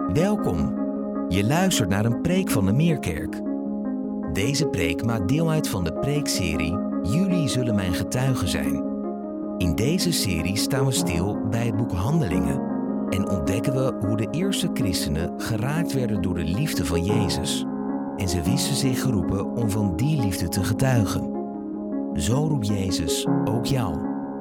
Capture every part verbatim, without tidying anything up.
Welkom. Je luistert naar een preek van de Meerkerk. Deze preek maakt deel uit van de preekserie Jullie zullen mijn getuigen zijn. In deze serie staan we stil bij het boek Handelingen en ontdekken we hoe de eerste christenen geraakt werden door de liefde van Jezus. En ze wisten zich geroepen om van die liefde te getuigen. Zo roept Jezus ook jou.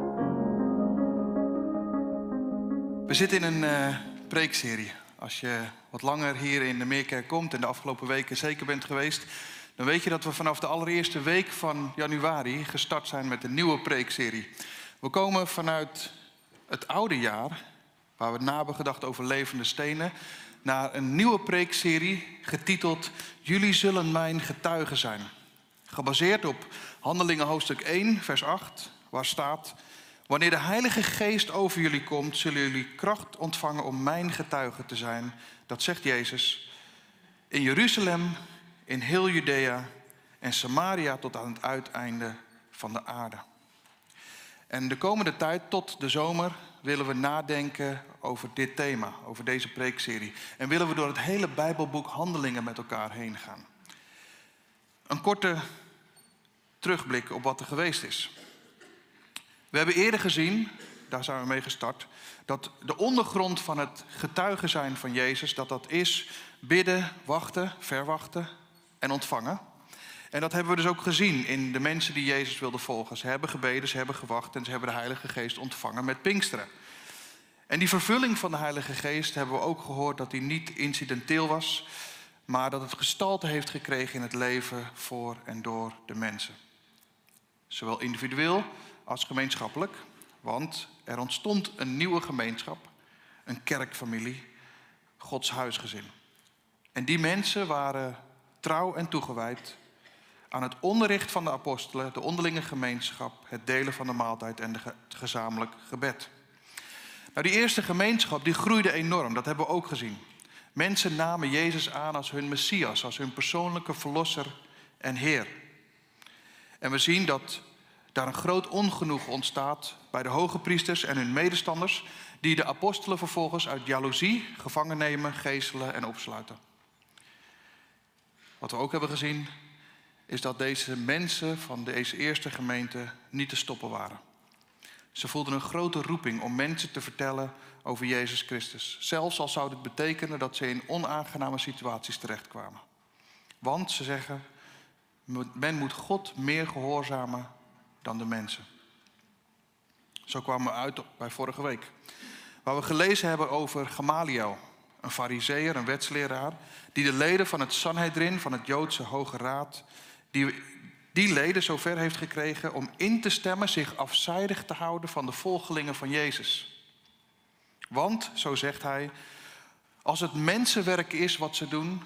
We zitten in een uh, preekserie. Als je wat langer hier in de Meerkerk komt en de afgelopen weken zeker bent geweest, dan weet je dat we vanaf de allereerste week van januari gestart zijn met een nieuwe preekserie. We komen vanuit het oude jaar, waar we na hebben gedacht over levende stenen, naar een nieuwe preekserie getiteld Jullie zullen mijn getuigen zijn. Gebaseerd op Handelingen hoofdstuk één, vers acht, waar staat: Wanneer de Heilige Geest over jullie komt, zullen jullie kracht ontvangen om mijn getuige te zijn. Dat zegt Jezus. In Jeruzalem, in heel Judea en Samaria tot aan het uiteinde van de aarde. En de komende tijd, tot de zomer, willen we nadenken over dit thema, over deze preekserie. En willen we door het hele Bijbelboek Handelingen met elkaar heen gaan. Een korte terugblik op wat er geweest is. We hebben eerder gezien, daar zijn we mee gestart, dat de ondergrond van het getuigen zijn van Jezus, dat dat is bidden, wachten, verwachten en ontvangen. En dat hebben we dus ook gezien in de mensen die Jezus wilden volgen. Ze hebben gebeden, ze hebben gewacht en ze hebben de Heilige Geest ontvangen met Pinksteren. En die vervulling van de Heilige Geest hebben we ook gehoord dat die niet incidenteel was, maar dat het gestalte heeft gekregen in het leven voor en door de mensen. Zowel individueel als gemeenschappelijk, want er ontstond een nieuwe gemeenschap, een kerkfamilie, Gods huisgezin. En die mensen waren trouw en toegewijd aan het onderricht van de apostelen, de onderlinge gemeenschap, het delen van de maaltijd en het gezamenlijk gebed. Nou, die eerste gemeenschap die groeide enorm, dat hebben we ook gezien. Mensen namen Jezus aan als hun Messias, als hun persoonlijke verlosser en Heer. En we zien dat daar een groot ongenoegen ontstaat bij de hoge priesters en hun medestanders, die de apostelen vervolgens uit jaloezie gevangen nemen, geeselen en opsluiten. Wat we ook hebben gezien is dat deze mensen van deze eerste gemeente niet te stoppen waren. Ze voelden een grote roeping om mensen te vertellen over Jezus Christus. Zelfs al zou dit betekenen dat ze in onaangename situaties terechtkwamen. Want ze zeggen, men moet God meer gehoorzamen dan de mensen. Zo kwamen we uit bij vorige week. Waar we gelezen hebben over Gamaliel, een farizeeër, een wetsleraar, die de leden van het Sanhedrin, van het Joodse Hoge Raad, die, die leden zover heeft gekregen om in te stemmen zich afzijdig te houden van de volgelingen van Jezus. Want, zo zegt hij, als het mensenwerk is wat ze doen,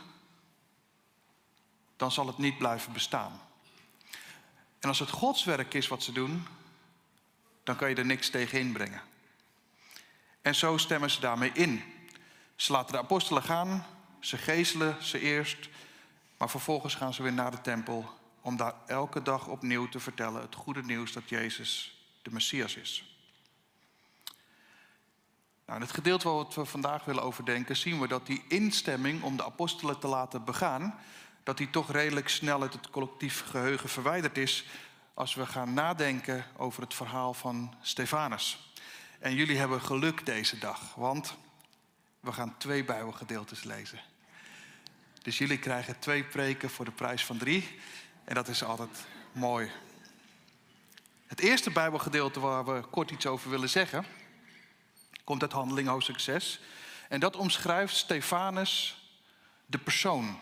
dan zal het niet blijven bestaan. En als het Gods werk is wat ze doen, dan kan je er niks tegen inbrengen. En zo stemmen ze daarmee in. Ze laten de apostelen gaan, ze geeselen ze eerst, maar vervolgens gaan ze weer naar de tempel om daar elke dag opnieuw te vertellen het goede nieuws dat Jezus de Messias is. Nou, in het gedeelte wat we vandaag willen overdenken zien we dat die instemming om de apostelen te laten begaan, dat die toch redelijk snel uit het collectief geheugen verwijderd is als we gaan nadenken over het verhaal van Stefanus. En jullie hebben geluk deze dag, want we gaan twee Bijbelgedeeltes lezen. Dus jullie krijgen twee preken voor de prijs van drie. En dat is altijd mooi. Het eerste Bijbelgedeelte waar we kort iets over willen zeggen, komt uit Handelingen hoofdstuk zes. En dat omschrijft Stefanus, de persoon.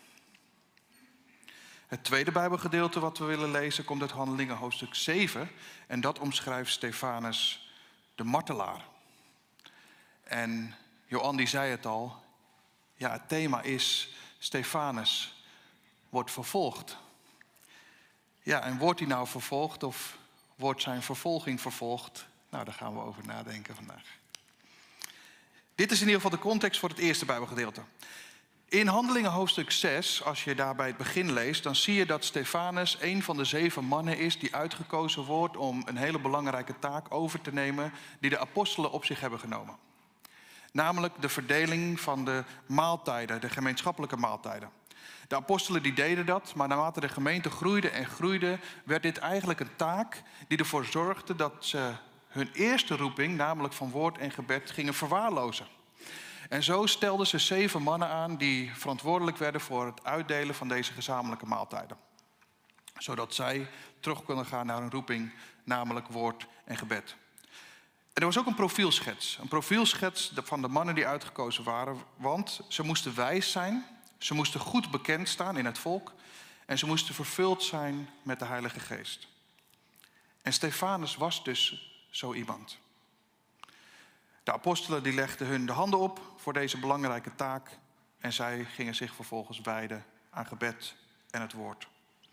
Het tweede Bijbelgedeelte wat we willen lezen komt uit Handelingen hoofdstuk zeven. En dat omschrijft Stefanus, de martelaar. En Johan die zei het al. Ja, het thema is Stefanus wordt vervolgd. Ja, en wordt hij nou vervolgd of wordt zijn vervolging vervolgd? Nou, daar gaan we over nadenken vandaag. Dit is in ieder geval de context voor het eerste Bijbelgedeelte. In Handelingen hoofdstuk zes, als je daar bij het begin leest, dan zie je dat Stefanus een van de zeven mannen is die uitgekozen wordt om een hele belangrijke taak over te nemen die de apostelen op zich hebben genomen. Namelijk de verdeling van de maaltijden, de gemeenschappelijke maaltijden. De apostelen die deden dat, maar naarmate de gemeente groeide en groeide, werd dit eigenlijk een taak die ervoor zorgde dat ze hun eerste roeping, namelijk van woord en gebed, gingen verwaarlozen. En zo stelden ze zeven mannen aan die verantwoordelijk werden voor het uitdelen van deze gezamenlijke maaltijden. Zodat zij terug konden gaan naar hun roeping, namelijk woord en gebed. En er was ook een profielschets. Een profielschets van de mannen die uitgekozen waren. Want ze moesten wijs zijn, ze moesten goed bekend staan in het volk en ze moesten vervuld zijn met de Heilige Geest. En Stefanus was dus zo iemand. De apostelen die legden hun de handen op voor deze belangrijke taak en zij gingen zich vervolgens wijden aan gebed en het woord.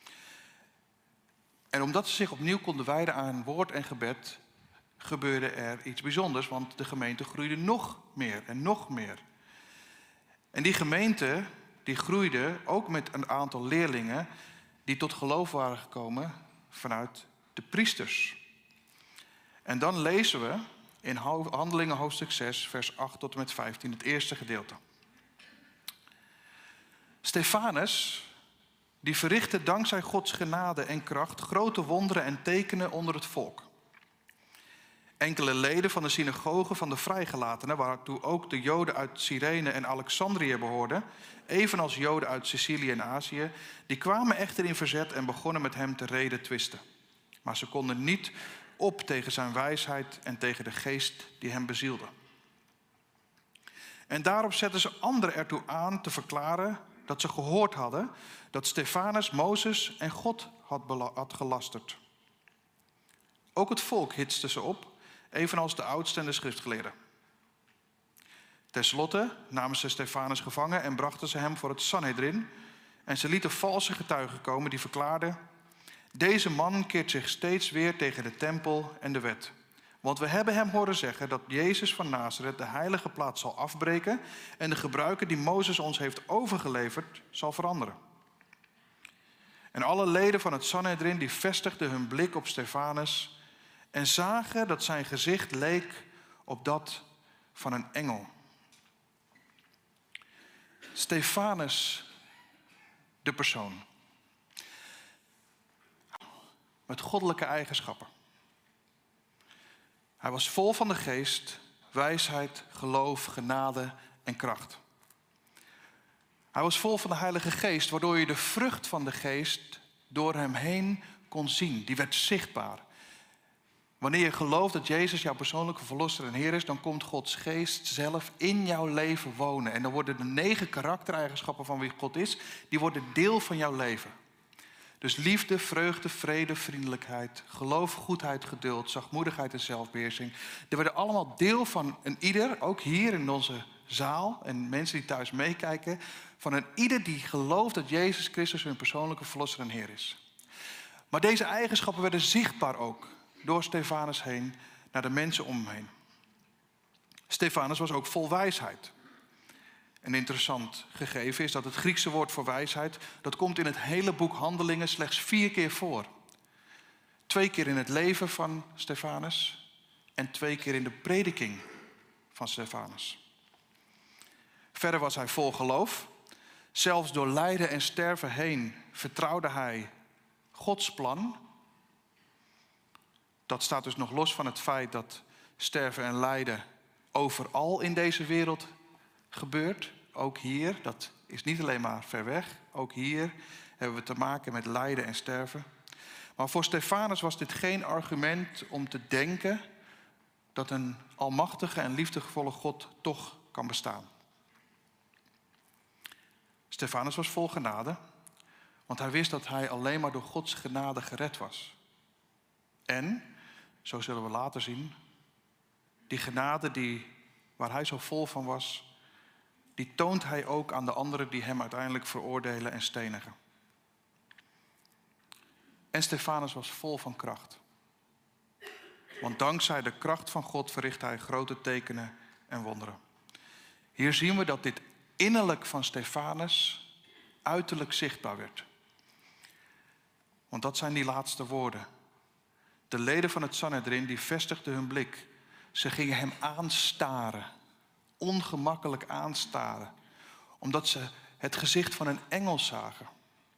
En omdat ze zich opnieuw konden wijden aan woord en gebed, gebeurde er iets bijzonders, want de gemeente groeide nog meer en nog meer. En die gemeente die groeide ook met een aantal leerlingen die tot geloof waren gekomen vanuit de priesters. En dan lezen we in Handelingen hoofdstuk zes, vers acht tot en met vijftien, het eerste gedeelte. Stefanus, die verrichtte dankzij Gods genade en kracht grote wonderen en tekenen onder het volk. Enkele leden van de synagoge van de vrijgelatenen, waartoe ook de Joden uit Cyrene en Alexandrië behoorden, evenals Joden uit Sicilië en Azië, die kwamen echter in verzet en begonnen met hem te reden twisten. Maar ze konden niet op tegen zijn wijsheid en tegen de geest die hem bezielde. En daarop zetten ze anderen ertoe aan te verklaren dat ze gehoord hadden dat Stefanus Mozes en God had, bela- had gelasterd. Ook het volk hitste ze op, evenals de oudsten en de schriftgeleerden. Ten slotte namen ze Stefanus gevangen en brachten ze hem voor het Sanhedrin. En ze lieten valse getuigen komen die verklaarden: deze man keert zich steeds weer tegen de tempel en de wet. Want we hebben hem horen zeggen dat Jezus van Nazareth de heilige plaats zal afbreken en de gebruiken die Mozes ons heeft overgeleverd zal veranderen. En alle leden van het Sanhedrin die vestigden hun blik op Stefanus en zagen dat zijn gezicht leek op dat van een engel. Stefanus, de persoon. Met goddelijke eigenschappen. Hij was vol van de geest, wijsheid, geloof, genade en kracht. Hij was vol van de Heilige Geest, waardoor je de vrucht van de geest door hem heen kon zien. Die werd zichtbaar. Wanneer je gelooft dat Jezus jouw persoonlijke verlosser en Heer is, dan komt Gods geest zelf in jouw leven wonen. En dan worden de negen karaktereigenschappen van wie God is, die worden deel van jouw leven. Dus liefde, vreugde, vrede, vriendelijkheid, geloof, goedheid, geduld, zachtmoedigheid en zelfbeheersing. Die worden allemaal deel van een ieder, ook hier in onze zaal en mensen die thuis meekijken, van een ieder die gelooft dat Jezus Christus hun persoonlijke verlosser en Heer is. Maar deze eigenschappen werden zichtbaar ook door Stefanus heen naar de mensen om hem heen. Stefanus was ook vol wijsheid. Een interessant gegeven is dat het Griekse woord voor wijsheid, dat komt in het hele boek Handelingen slechts vier keer voor. Twee keer in het leven van Stefanus en twee keer in de prediking van Stefanus. Verder was hij vol geloof. Zelfs door lijden en sterven heen vertrouwde hij Gods plan. Dat staat dus nog los van het feit dat sterven en lijden overal in deze wereld gebeurt. Ook hier, dat is niet alleen maar ver weg. Ook hier hebben we te maken met lijden en sterven. Maar voor Stefanus was dit geen argument om te denken dat een almachtige en liefdevolle God toch kan bestaan. Stefanus was vol genade, want hij wist dat hij alleen maar door Gods genade gered was. En, zo zullen we later zien, die genade die, waar hij zo vol van was, die toont hij ook aan de anderen die hem uiteindelijk veroordelen en stenigen. En Stefanus was vol van kracht. Want dankzij de kracht van God verrichtte hij grote tekenen en wonderen. Hier zien we dat dit innerlijk van Stefanus uiterlijk zichtbaar werd. Want dat zijn die laatste woorden. De leden van het Sanhedrin die vestigden hun blik. Ze gingen hem aanstaren. ongemakkelijk aanstaren, omdat ze het gezicht van een engel zagen.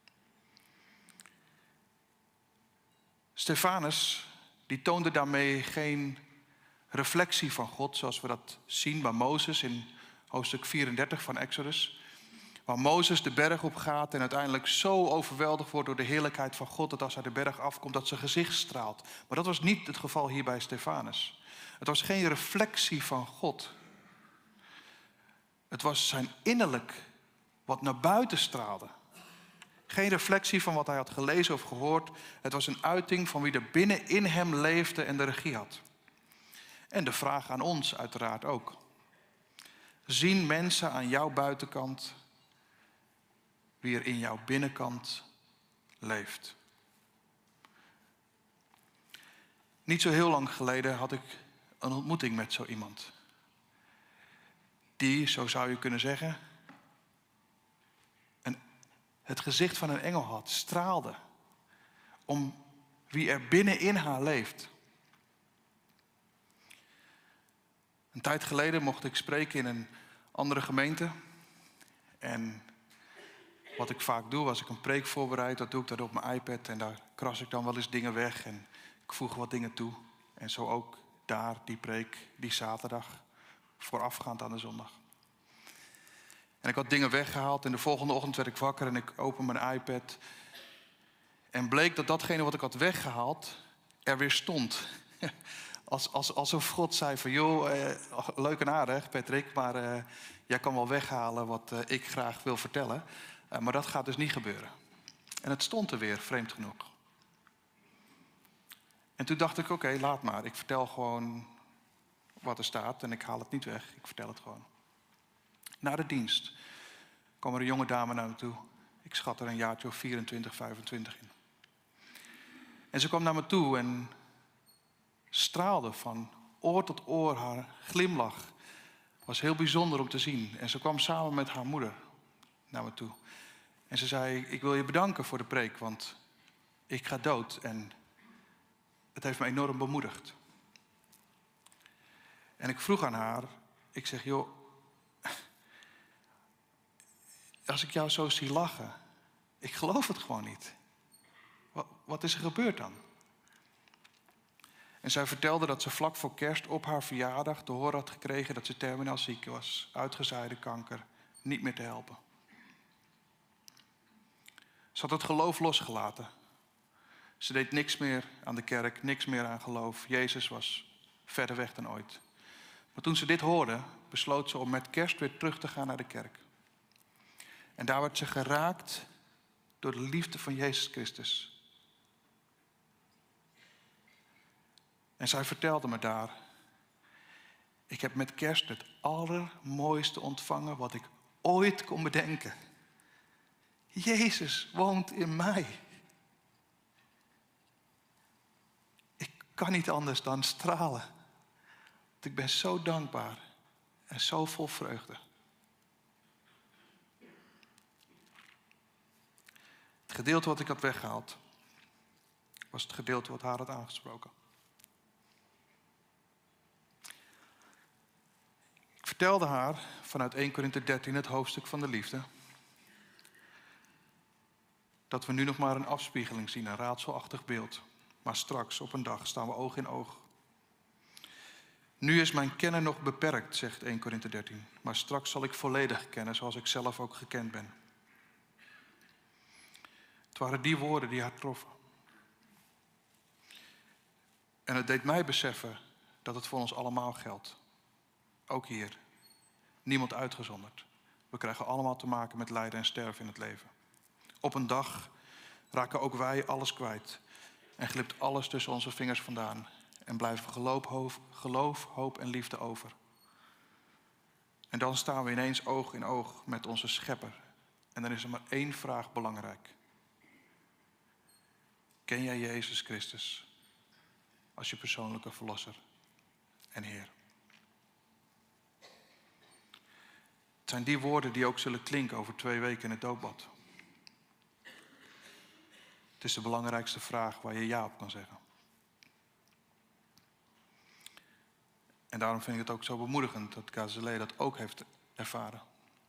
Stefanus, die toonde daarmee geen reflectie van God, zoals we dat zien bij Mozes in hoofdstuk vierendertig van Exodus. Waar Mozes de berg op gaat en uiteindelijk zo overweldigd wordt door de heerlijkheid van God, dat als hij de berg afkomt, dat zijn gezicht straalt. Maar dat was niet het geval hier bij Stefanus. Het was geen reflectie van God. Het was zijn innerlijk wat naar buiten straalde. Geen reflectie van wat hij had gelezen of gehoord. Het was een uiting van wie er binnen in hem leefde en de regie had. En de vraag aan ons uiteraard ook. Zien mensen aan jouw buitenkant wie er in jouw binnenkant leeft? Niet zo heel lang geleden had ik een ontmoeting met zo iemand. Die, zo zou je kunnen zeggen, een, het gezicht van een engel had, straalde. Om wie er binnenin haar leeft. Een tijd geleden mocht ik spreken in een andere gemeente. En wat ik vaak doe, als ik een preek voorbereid, dat doe ik dat op mijn iPad. En daar kras ik dan wel eens dingen weg en ik voeg wat dingen toe. En zo ook daar, die preek, die zaterdag, voorafgaand aan de zondag. En ik had dingen weggehaald en de volgende ochtend werd ik wakker en ik open mijn iPad. En bleek dat datgene wat ik had weggehaald er weer stond. Als, als, alsof God zei van, joh, eh, leuk en aardig Patrick, maar eh, jij kan wel weghalen wat eh, ik graag wil vertellen. Uh, maar dat gaat dus niet gebeuren. En het stond er weer, vreemd genoeg. En toen dacht ik, oké, okay, laat maar. Ik vertel gewoon wat er staat en ik haal het niet weg. Ik vertel het gewoon. Na de dienst kwam er een jonge dame naar me toe. Ik schat er een jaartje of vierentwintig, vijfentwintig in. En ze kwam naar me toe en straalde van oor tot oor. Haar glimlach was heel bijzonder om te zien. En ze kwam samen met haar moeder naar me toe. En ze zei, ik wil je bedanken voor de preek, want ik ga dood. En het heeft me enorm bemoedigd. En ik vroeg aan haar, ik zeg, joh, als ik jou zo zie lachen, ik geloof het gewoon niet. Wat, wat is er gebeurd dan? En zij vertelde dat ze vlak voor kerst op haar verjaardag te horen had gekregen dat ze terminaal ziek was, uitgezaaide kanker, niet meer te helpen. Ze had het geloof losgelaten. Ze deed niks meer aan de kerk, niks meer aan geloof. Jezus was verder weg dan ooit. Maar toen ze dit hoorde, besloot ze om met kerst weer terug te gaan naar de kerk. En daar werd ze geraakt door de liefde van Jezus Christus. En zij vertelde me daar, ik heb met kerst het allermooiste ontvangen wat ik ooit kon bedenken. Jezus woont in mij. Ik kan niet anders dan stralen. Want ik ben zo dankbaar en zo vol vreugde. Het gedeelte wat ik had weggehaald was het gedeelte wat haar had aangesproken. Ik vertelde haar vanuit eerste Korinthe dertien, het hoofdstuk van de liefde, dat we nu nog maar een afspiegeling zien, een raadselachtig beeld. Maar straks, op een dag, staan we oog in oog. Nu is mijn kennen nog beperkt, zegt eerste Korinthe dertien. Maar straks zal ik volledig kennen, zoals ik zelf ook gekend ben. Het waren die woorden die haar troffen. En het deed mij beseffen dat het voor ons allemaal geldt. Ook hier. Niemand uitgezonderd. We krijgen allemaal te maken met lijden en sterven in het leven. Op een dag raken ook wij alles kwijt. En glipt alles tussen onze vingers vandaan. En blijven geloof, hoop, geloof, hoop en liefde over. En dan staan we ineens oog in oog met onze schepper. En dan is er maar één vraag belangrijk. Ken jij Jezus Christus als je persoonlijke verlosser en Heer? Het zijn die woorden die ook zullen klinken over twee weken in het doopbad. Het is de belangrijkste vraag waar je ja op kan zeggen. En daarom vind ik het ook zo bemoedigend dat Gazelle dat ook heeft ervaren.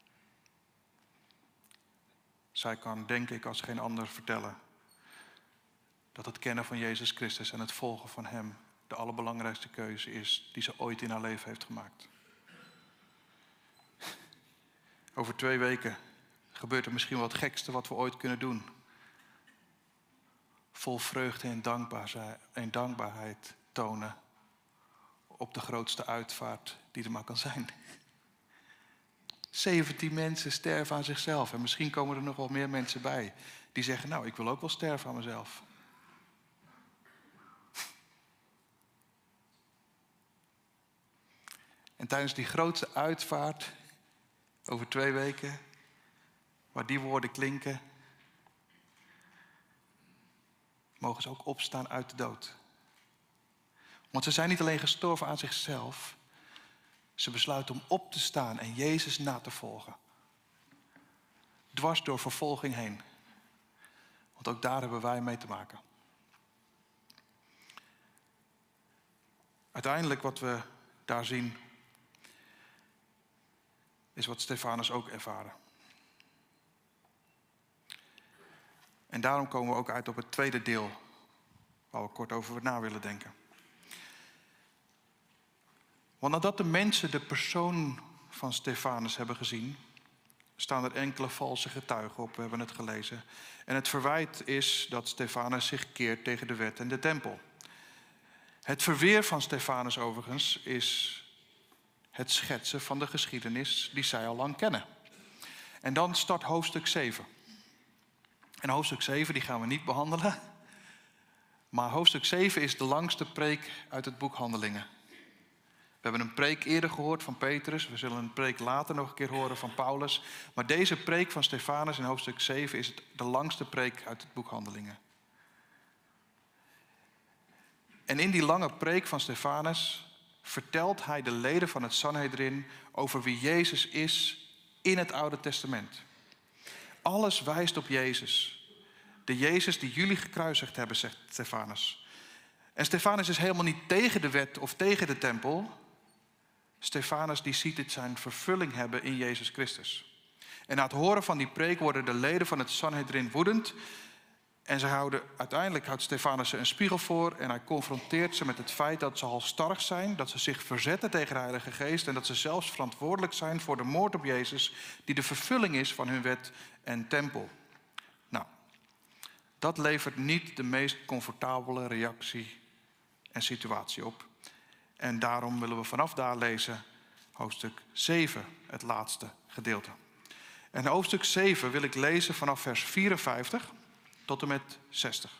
Zij kan, denk ik, als geen ander vertellen dat het kennen van Jezus Christus en het volgen van Hem de allerbelangrijkste keuze is die ze ooit in haar leven heeft gemaakt. Over twee weken gebeurt er misschien wel het gekste wat we ooit kunnen doen. Vol vreugde en dankbaarheid, en dankbaarheid tonen op de grootste uitvaart die er maar kan zijn. zeventien mensen sterven aan zichzelf. En misschien komen er nog wel meer mensen bij die zeggen, nou, ik wil ook wel sterven aan mezelf. En tijdens die grootste uitvaart, over twee weken, waar die woorden klinken, mogen ze ook opstaan uit de dood. Want ze zijn niet alleen gestorven aan zichzelf, ze besluiten om op te staan en Jezus na te volgen. Dwars door vervolging heen. Want ook daar hebben wij mee te maken. Uiteindelijk wat we daar zien, is wat Stefanus ook ervaren. En daarom komen we ook uit op het tweede deel, waar we kort over na willen denken. Want nadat de mensen de persoon van Stefanus hebben gezien, staan er enkele valse getuigen op, we hebben het gelezen. En het verwijt is dat Stefanus zich keert tegen de wet en de tempel. Het verweer van Stefanus overigens is het schetsen van de geschiedenis die zij al lang kennen. En dan start hoofdstuk zeven. En hoofdstuk zeven die gaan we niet behandelen. Maar hoofdstuk zeven is de langste preek uit het boek Handelingen. We hebben een preek eerder gehoord van Petrus. We zullen een preek later nog een keer horen van Paulus. Maar deze preek van Stefanus in hoofdstuk zeven is het de langste preek uit het boek Handelingen. En in die lange preek van Stefanus vertelt hij de leden van het Sanhedrin over wie Jezus is in het Oude Testament. Alles wijst op Jezus. De Jezus die jullie gekruisigd hebben, zegt Stefanus. En Stefanus is helemaal niet tegen de wet of tegen de tempel. Stefanus die ziet het zijn vervulling hebben in Jezus Christus. En na het horen van die preek worden de leden van het Sanhedrin woedend. En ze houden, uiteindelijk houdt Stefanus ze een spiegel voor en hij confronteert ze met het feit dat ze halstarrig zijn, dat ze zich verzetten tegen de Heilige Geest en dat ze zelfs verantwoordelijk zijn voor de moord op Jezus, die de vervulling is van hun wet en tempel. Nou, dat levert niet de meest comfortabele reactie en situatie op. En daarom willen we vanaf daar lezen hoofdstuk zeven, het laatste gedeelte. En hoofdstuk zeven wil ik lezen vanaf vers vierenvijftig tot en met zestig.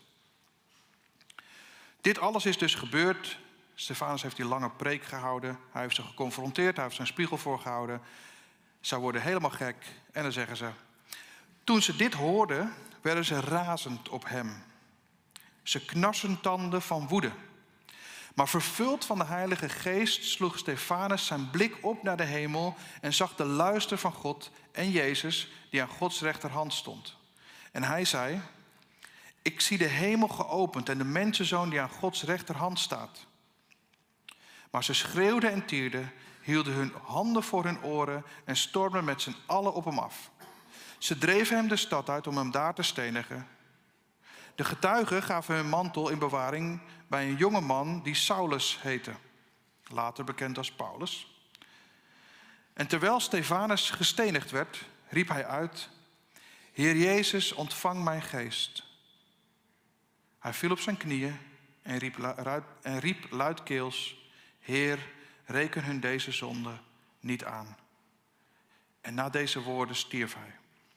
Dit alles is dus gebeurd. Stefanus heeft die lange preek gehouden. Hij heeft ze geconfronteerd, hij heeft zijn spiegel voorgehouden. Zij worden helemaal gek en dan zeggen ze: toen ze dit hoorden, werden ze razend op hem. Ze knarsentanden van woede. Maar vervuld van de Heilige Geest sloeg Stefanus zijn blik op naar de hemel en zag de luister van God en Jezus die aan Gods rechterhand stond. En hij zei: ik zie de hemel geopend en de mensenzoon die aan Gods rechterhand staat. Maar ze schreeuwden en tierden, hielden hun handen voor hun oren en stormden met z'n allen op hem af. Ze dreven hem de stad uit om hem daar te stenigen. De getuigen gaven hun mantel in bewaring bij een jonge man die Saulus heette, later bekend als Paulus. En terwijl Stefanus gestenigd werd, riep hij uit: Heer Jezus, ontvang mijn geest. Hij viel op zijn knieën en riep, luid, en riep luidkeels: Heer, reken hun deze zonde niet aan. En na deze woorden stierf hij.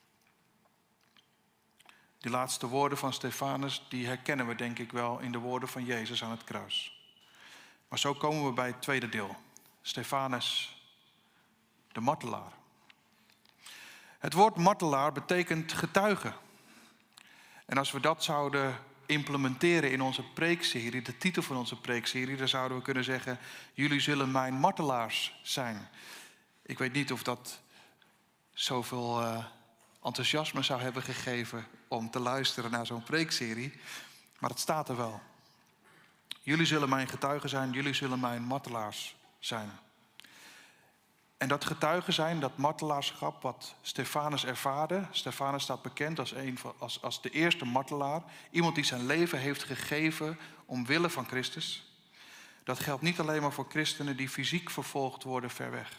Die laatste woorden van Stefanus, die herkennen we denk ik wel in de woorden van Jezus aan het kruis. Maar zo komen we bij het tweede deel. Stefanus, de martelaar. Het woord martelaar betekent getuige. En als we dat zouden implementeren in onze preekserie, de titel van onze preekserie, dan zouden we kunnen zeggen: jullie zullen mijn martelaars zijn. Ik weet niet of dat zoveel uh, enthousiasme zou hebben gegeven om te luisteren naar zo'n preekserie, maar het staat er wel. Jullie zullen mijn getuigen zijn, jullie zullen mijn martelaars zijn. En dat getuigen zijn, dat martelaarschap wat Stefanus ervaarde. Stefanus staat bekend als, een van, als, als de eerste martelaar. Iemand die zijn leven heeft gegeven omwille van Christus. Dat geldt niet alleen maar voor christenen die fysiek vervolgd worden ver weg.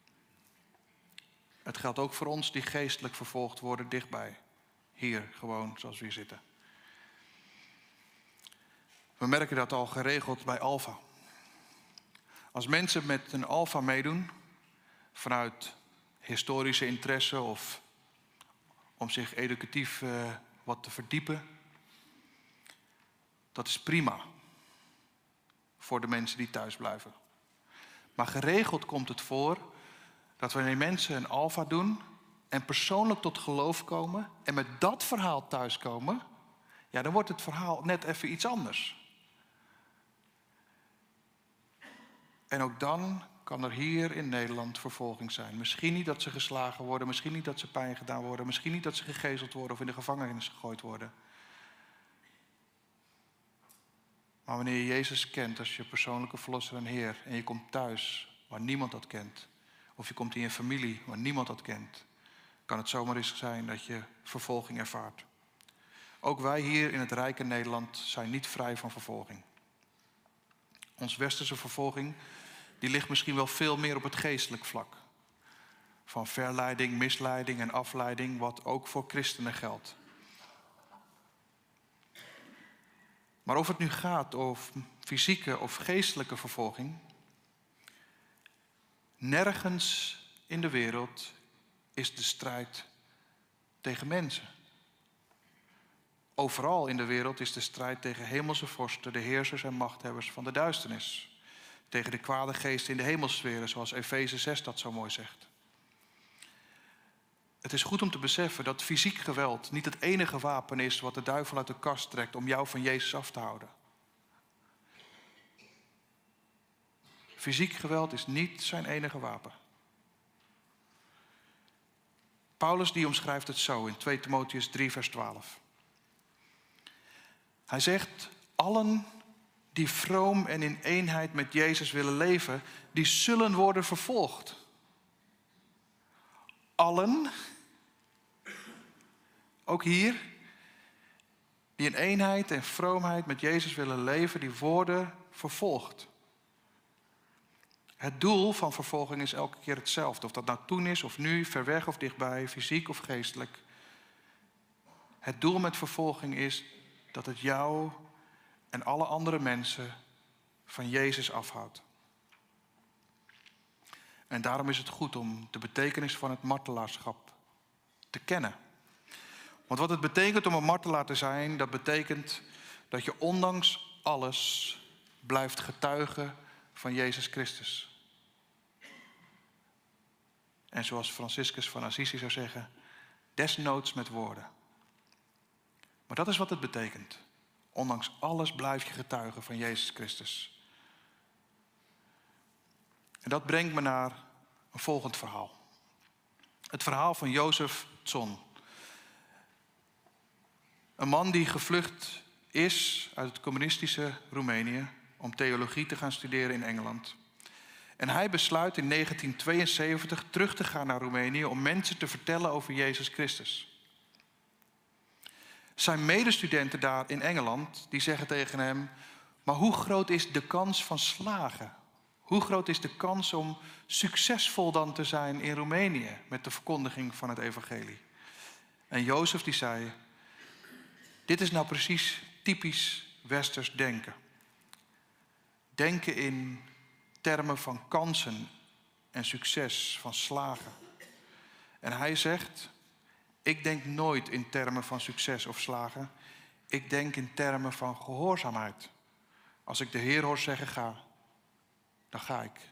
Het geldt ook voor ons die geestelijk vervolgd worden dichtbij. Hier, gewoon zoals we hier zitten. We merken dat al geregeld bij Alpha. Als mensen met een Alpha meedoen, vanuit historische interesse of om zich educatief uh, wat te verdiepen, dat is prima voor de mensen die thuis blijven. Maar geregeld komt het voor dat wanneer mensen een Alpha doen en persoonlijk tot geloof komen en met dat verhaal thuiskomen, ja, dan wordt het verhaal net even iets anders. En ook dan kan er hier in Nederland vervolging zijn. Misschien niet dat ze geslagen worden, misschien niet dat ze pijn gedaan worden, misschien niet dat ze gegezeld worden of in de gevangenis gegooid worden. Maar wanneer je Jezus kent als je persoonlijke verlosser en Heer en je komt thuis waar niemand dat kent, of je komt in je familie waar niemand dat kent, kan het zomaar eens zijn dat je vervolging ervaart. Ook wij hier in het rijke Nederland zijn niet vrij van vervolging. Ons westerse vervolging, die ligt misschien wel veel meer op het geestelijk vlak. Van verleiding, misleiding en afleiding, wat ook voor christenen geldt. Maar of het nu gaat over fysieke of geestelijke vervolging, nergens in de wereld is de strijd tegen mensen. Overal in de wereld is de strijd tegen hemelse vorsten, de heersers en machthebbers van de duisternis. Tegen de kwade geesten in de hemelsferen, zoals Efeze zes dat zo mooi zegt. Het is goed om te beseffen dat fysiek geweld niet het enige wapen is wat de duivel uit de kast trekt om jou van Jezus af te houden. Fysiek geweld is niet zijn enige wapen. Paulus die omschrijft het zo in twee Timotheüs drie vers twaalf. Hij zegt, allen die vroom en in eenheid met Jezus willen leven, die zullen worden vervolgd. Allen, ook hier, die in eenheid en vroomheid met Jezus willen leven, die worden vervolgd. Het doel van vervolging is elke keer hetzelfde. Of dat nou toen is of nu, ver weg of dichtbij, fysiek of geestelijk. Het doel met vervolging is dat het jou en alle andere mensen van Jezus afhoudt. En daarom is het goed om de betekenis van het martelaarschap te kennen. Want wat het betekent om een martelaar te zijn, dat betekent dat je ondanks alles blijft getuigen van Jezus Christus. En zoals Franciscus van Assisi zou zeggen, desnoods met woorden. Maar dat is wat het betekent. Ondanks alles blijf je getuigen van Jezus Christus. En dat brengt me naar een volgend verhaal. Het verhaal van Jozef Tzon. Een man die gevlucht is uit het communistische Roemenië om theologie te gaan studeren in Engeland. En hij besluit in negentien tweeënzeventig terug te gaan naar Roemenië om mensen te vertellen over Jezus Christus. Zijn medestudenten daar in Engeland, die zeggen tegen hem, maar hoe groot is de kans van slagen? Hoe groot is de kans om succesvol dan te zijn in Roemenië met de verkondiging van het evangelie? En Jozef die zei, dit is nou precies typisch westers denken. Denken in termen van kansen en succes, van slagen. En hij zegt, ik denk nooit in termen van succes of slagen. Ik denk in termen van gehoorzaamheid. Als ik de Heer hoor zeggen ga, dan ga ik.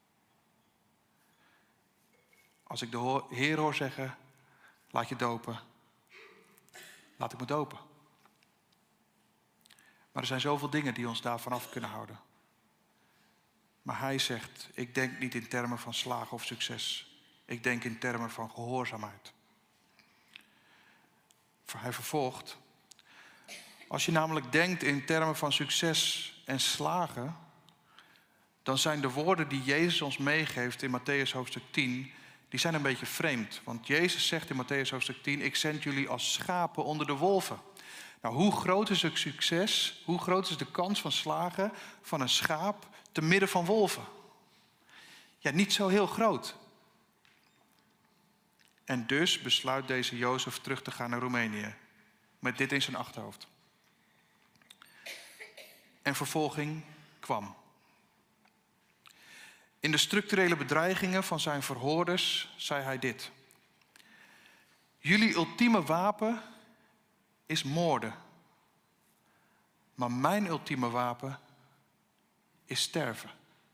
Als ik de Heer hoor zeggen, laat je dopen, laat ik me dopen. Maar er zijn zoveel dingen die ons daarvan af kunnen houden. Maar hij zegt, ik denk niet in termen van slagen of succes. Ik denk in termen van gehoorzaamheid. Hij vervolgt, als je namelijk denkt in termen van succes en slagen, dan zijn de woorden die Jezus ons meegeeft in Mattheüs hoofdstuk tien, die zijn een beetje vreemd. Want Jezus zegt in Mattheüs hoofdstuk tien, ik zend jullie als schapen onder de wolven. Nou, hoe groot is het succes, hoe groot is de kans van slagen van een schaap te midden van wolven? Ja, niet zo heel groot. En dus besluit deze Jozef terug te gaan naar Roemenië. Met dit in zijn achterhoofd. En vervolging kwam. In de structurele bedreigingen van zijn verhoorders zei hij dit. Jullie ultieme wapen is moorden. Maar mijn ultieme wapen is sterven.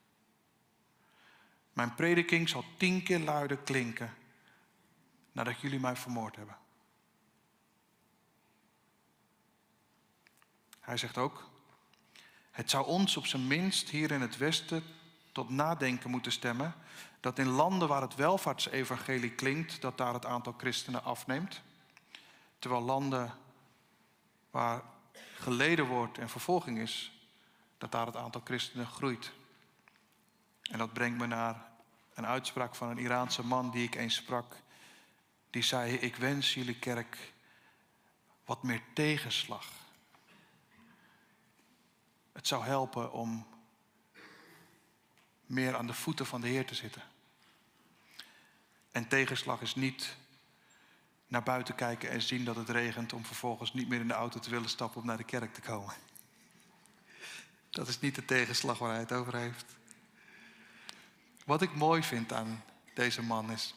Mijn prediking zal tien keer luider klinken nadat jullie mij vermoord hebben. Hij zegt ook, het zou ons op zijn minst hier in het Westen tot nadenken moeten stemmen dat in landen waar het welvaartsevangelie klinkt, dat daar het aantal christenen afneemt. Terwijl landen waar geleden wordt en vervolging is, dat daar het aantal christenen groeit. En dat brengt me naar een uitspraak van een Iraanse man die ik eens sprak. Die zei, ik wens jullie kerk wat meer tegenslag. Het zou helpen om meer aan de voeten van de Heer te zitten. En tegenslag is niet naar buiten kijken en zien dat het regent om vervolgens niet meer in de auto te willen stappen om naar de kerk te komen. Dat is niet de tegenslag waar hij het over heeft. Wat ik mooi vind aan deze man is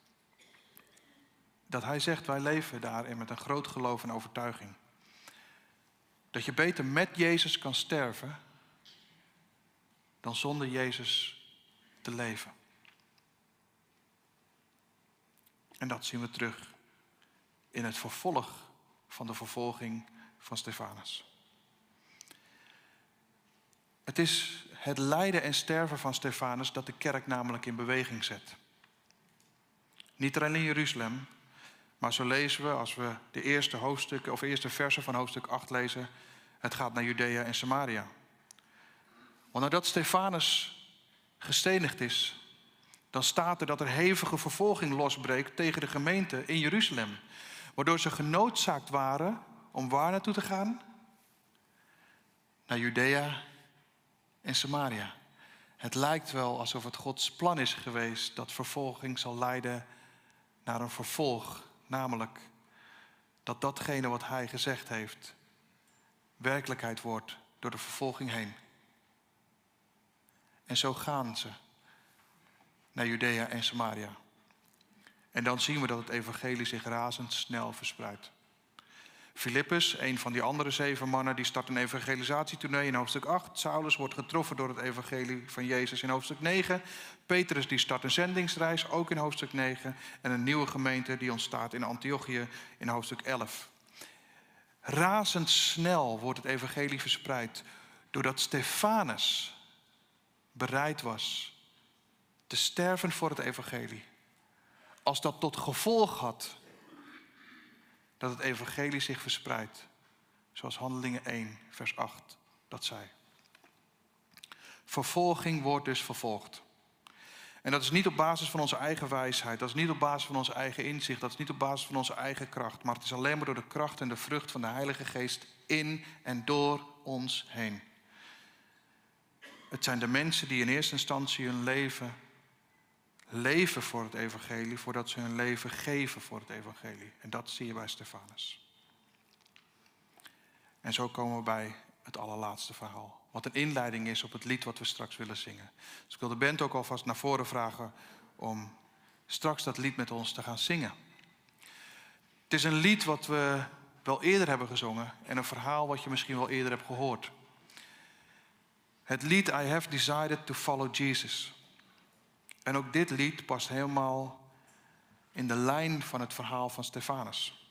dat hij zegt, wij leven daarin met een groot geloof en overtuiging. Dat je beter met Jezus kan sterven dan zonder Jezus te leven. En dat zien we terug in het vervolg van de vervolging van Stefanus. Het is het lijden en sterven van Stefanus dat de kerk namelijk in beweging zet. Niet alleen in Jeruzalem, maar zo lezen we als we de eerste hoofdstukken of eerste versen van hoofdstuk acht lezen, het gaat naar Judea en Samaria. Want nadat Stefanus gestenigd is, dan staat er dat er hevige vervolging losbreekt tegen de gemeente in Jeruzalem. Waardoor ze genoodzaakt waren om waar naartoe te gaan? Naar Judea en Samaria. Het lijkt wel alsof het Gods plan is geweest dat vervolging zal leiden naar een vervolg. Namelijk dat datgene wat hij gezegd heeft werkelijkheid wordt door de vervolging heen. En zo gaan ze naar Judea en Samaria. En dan zien we dat het evangelie zich razendsnel verspreidt. Filippus, een van die andere zeven mannen, die start een evangelisatietournee in hoofdstuk acht. Saulus wordt getroffen door het evangelie van Jezus in hoofdstuk negen. Petrus die start een zendingsreis, ook in hoofdstuk negen. En een nieuwe gemeente die ontstaat in Antiochië in hoofdstuk elf. Razendsnel wordt het evangelie verspreid, doordat Stefanus bereid was te sterven voor het evangelie. Als dat tot gevolg had dat het evangelie zich verspreidt, zoals Handelingen één, vers acht dat zei. Vervolging wordt dus vervolgd. En dat is niet op basis van onze eigen wijsheid, dat is niet op basis van onze eigen inzicht, dat is niet op basis van onze eigen kracht, maar het is alleen maar door de kracht en de vrucht van de Heilige Geest in en door ons heen. Het zijn de mensen die in eerste instantie hun leven leven voor het evangelie, voordat ze hun leven geven voor het evangelie. En dat zie je bij Stefanus. En zo komen we bij het allerlaatste verhaal. Wat een inleiding is op het lied wat we straks willen zingen. Dus ik wil de band ook alvast naar voren vragen om straks dat lied met ons te gaan zingen. Het is een lied wat we wel eerder hebben gezongen en een verhaal wat je misschien wel eerder hebt gehoord. Het lied I have decided to follow Jesus. En ook dit lied past helemaal in de lijn van het verhaal van Stefanus.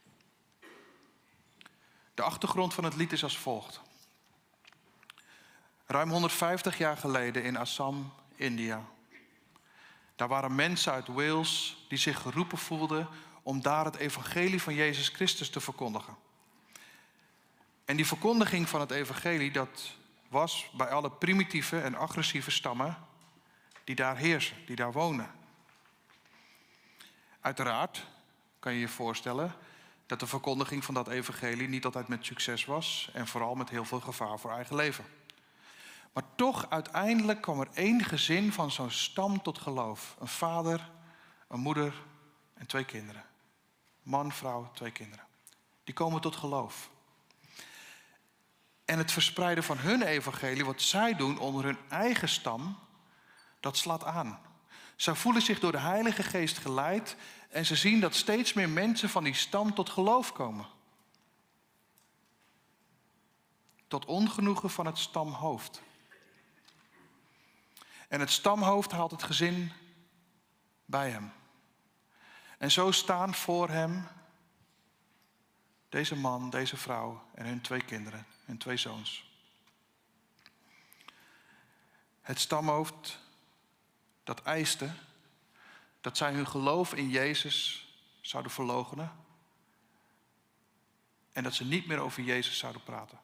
De achtergrond van het lied is als volgt. Ruim honderdvijftig jaar geleden in Assam, India. Daar waren mensen uit Wales die zich geroepen voelden om daar het evangelie van Jezus Christus te verkondigen. En die verkondiging van het evangelie, dat was bij alle primitieve en agressieve stammen die daar heersen, die daar wonen. Uiteraard kan je je voorstellen dat de verkondiging van dat evangelie niet altijd met succes was en vooral met heel veel gevaar voor eigen leven. Maar toch uiteindelijk kwam er één gezin van zo'n stam tot geloof. Een vader, een moeder en twee kinderen. Man, vrouw, twee kinderen. Die komen tot geloof. En het verspreiden van hun evangelie, wat zij doen onder hun eigen stam, dat slaat aan. Zij voelen zich door de Heilige Geest geleid en ze zien dat steeds meer mensen van die stam tot geloof komen. Tot ongenoegen van het stamhoofd. En het stamhoofd haalt het gezin bij hem. En zo staan voor hem deze man, deze vrouw en hun twee kinderen, hun twee zoons. Het stamhoofd dat eiste dat zij hun geloof in Jezus zouden verloochenen en dat ze niet meer over Jezus zouden praten.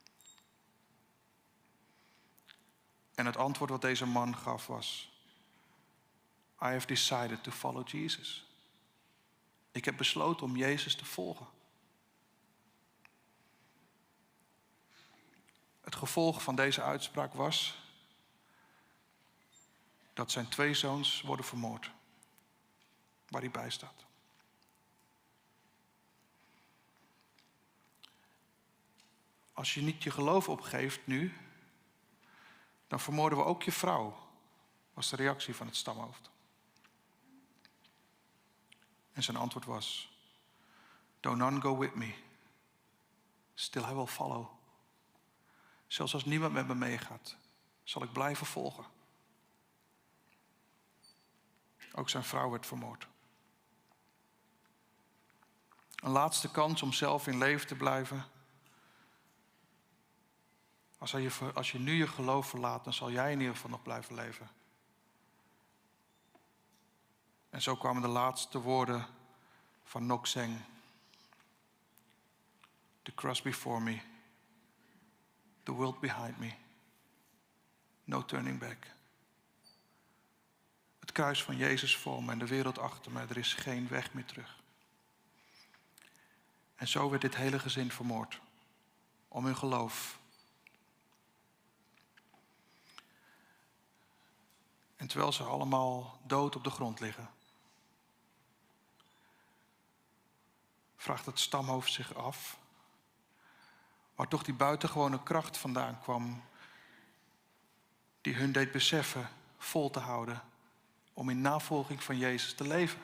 En het antwoord wat deze man gaf was: I have decided to follow Jesus. Ik heb besloten om Jezus te volgen. Het gevolg van deze uitspraak was dat zijn twee zoons worden vermoord, waar hij bij staat. Als je niet je geloof opgeeft nu, dan vermoorden we ook je vrouw, was de reactie van het stamhoofd. En zijn antwoord was: though none go with me, still I will follow. Zelfs als niemand met me meegaat, zal ik blijven volgen. Ook zijn vrouw werd vermoord. Een laatste kans om zelf in leven te blijven. Als je, als je nu je geloof verlaat, dan zal jij in ieder geval nog blijven leven. En zo kwamen de laatste woorden van Nok Seng. The cross before me, the world behind me, no turning back. Het kruis van Jezus voor me en de wereld achter me, er is geen weg meer terug. En zo werd dit hele gezin vermoord, om hun geloof. En terwijl ze allemaal dood op de grond liggen, vraagt het stamhoofd zich af waar toch die buitengewone kracht vandaan kwam die hun deed beseffen vol te houden om in navolging van Jezus te leven.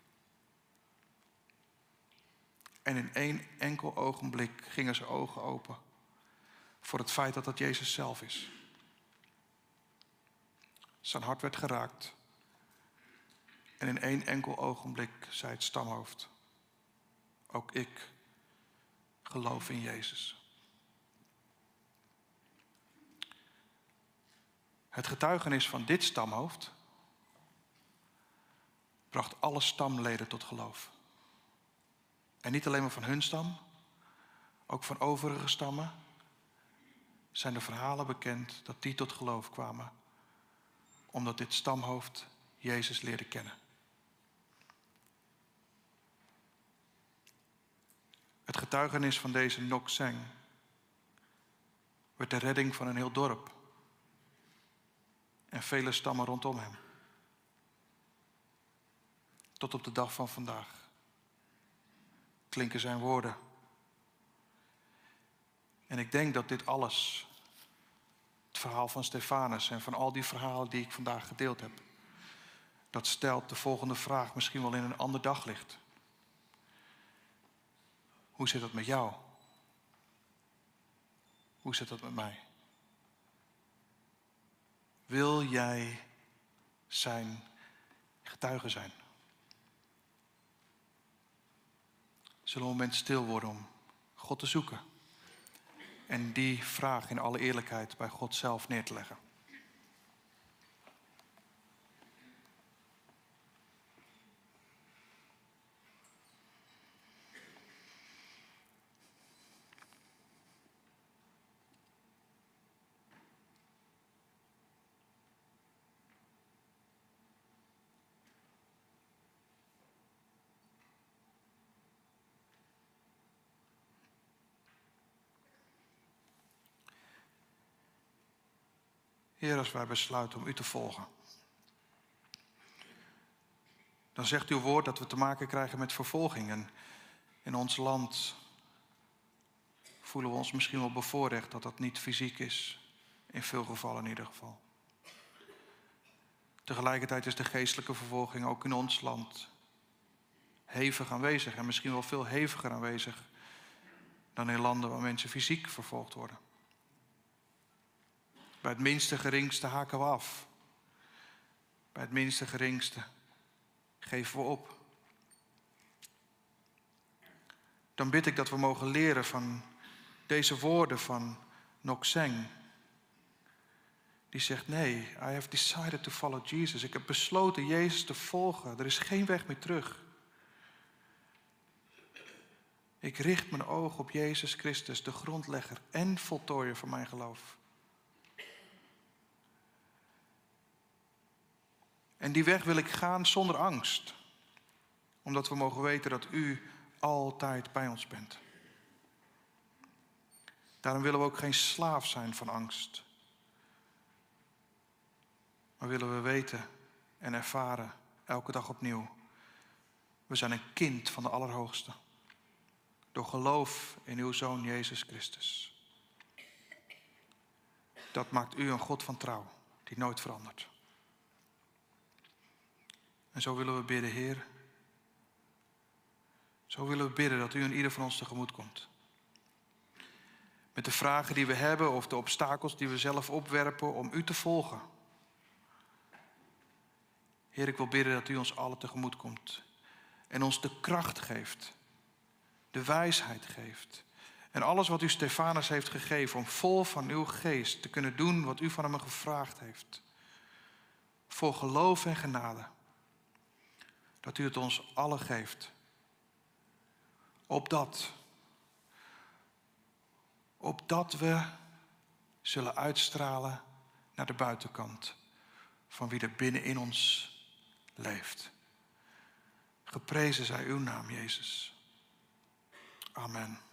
En in één enkel ogenblik gingen zijn ogen open voor het feit dat dat Jezus zelf is. Zijn hart werd geraakt en in één enkel ogenblik zei het stamhoofd: ook ik geloof in Jezus. Het getuigenis van dit stamhoofd bracht alle stamleden tot geloof. En niet alleen maar van hun stam, ook van overige stammen zijn de verhalen bekend dat die tot geloof kwamen, omdat dit stamhoofd Jezus leerde kennen. Het getuigenis van deze Nok Seng werd de redding van een heel dorp en vele stammen rondom hem. Tot op de dag van vandaag klinken zijn woorden. En ik denk dat dit alles, het verhaal van Stefanus en van al die verhalen die ik vandaag gedeeld heb, dat stelt de volgende vraag misschien wel in een ander daglicht. Hoe zit het met jou? Hoe zit het met mij? Wil jij zijn getuige zijn? Zullen we een moment stil worden om God te zoeken en die vraag in alle eerlijkheid bij God zelf neer te leggen? Heer, als wij besluiten om u te volgen, dan zegt uw woord dat we te maken krijgen met vervolging. En in ons land voelen we ons misschien wel bevoorrecht dat dat niet fysiek is. In veel gevallen in ieder geval. Tegelijkertijd is de geestelijke vervolging ook in ons land hevig aanwezig. En misschien wel veel heviger aanwezig dan in landen waar mensen fysiek vervolgd worden. Bij het minste geringste haken we af. Bij het minste geringste geven we op. Dan bid ik dat we mogen leren van deze woorden van Nok-Seng. Die zegt, nee, I have decided to follow Jesus. Ik heb besloten Jezus te volgen. Er is geen weg meer terug. Ik richt mijn oog op Jezus Christus, de grondlegger en voltooier van mijn geloof. En die weg wil ik gaan zonder angst. Omdat we mogen weten dat u altijd bij ons bent. Daarom willen we ook geen slaaf zijn van angst. Maar willen we weten en ervaren, elke dag opnieuw. We zijn een kind van de Allerhoogste. Door geloof in uw Zoon Jezus Christus. Dat maakt u een God van trouw, die nooit verandert. En zo willen we bidden, Heer. Zo willen we bidden dat u aan ieder van ons tegemoet komt. Met de vragen die we hebben of de obstakels die we zelf opwerpen om u te volgen. Heer, ik wil bidden dat u ons allen tegemoet komt. En ons de kracht geeft. De wijsheid geeft. En alles wat u Stefanus heeft gegeven om vol van uw geest te kunnen doen wat u van hem gevraagd heeft. Vol geloof en genade. Dat u het ons allen geeft. Opdat. Opdat we zullen uitstralen naar de buitenkant. Van wie er binnen in ons leeft. Geprezen zij uw naam, Jezus. Amen.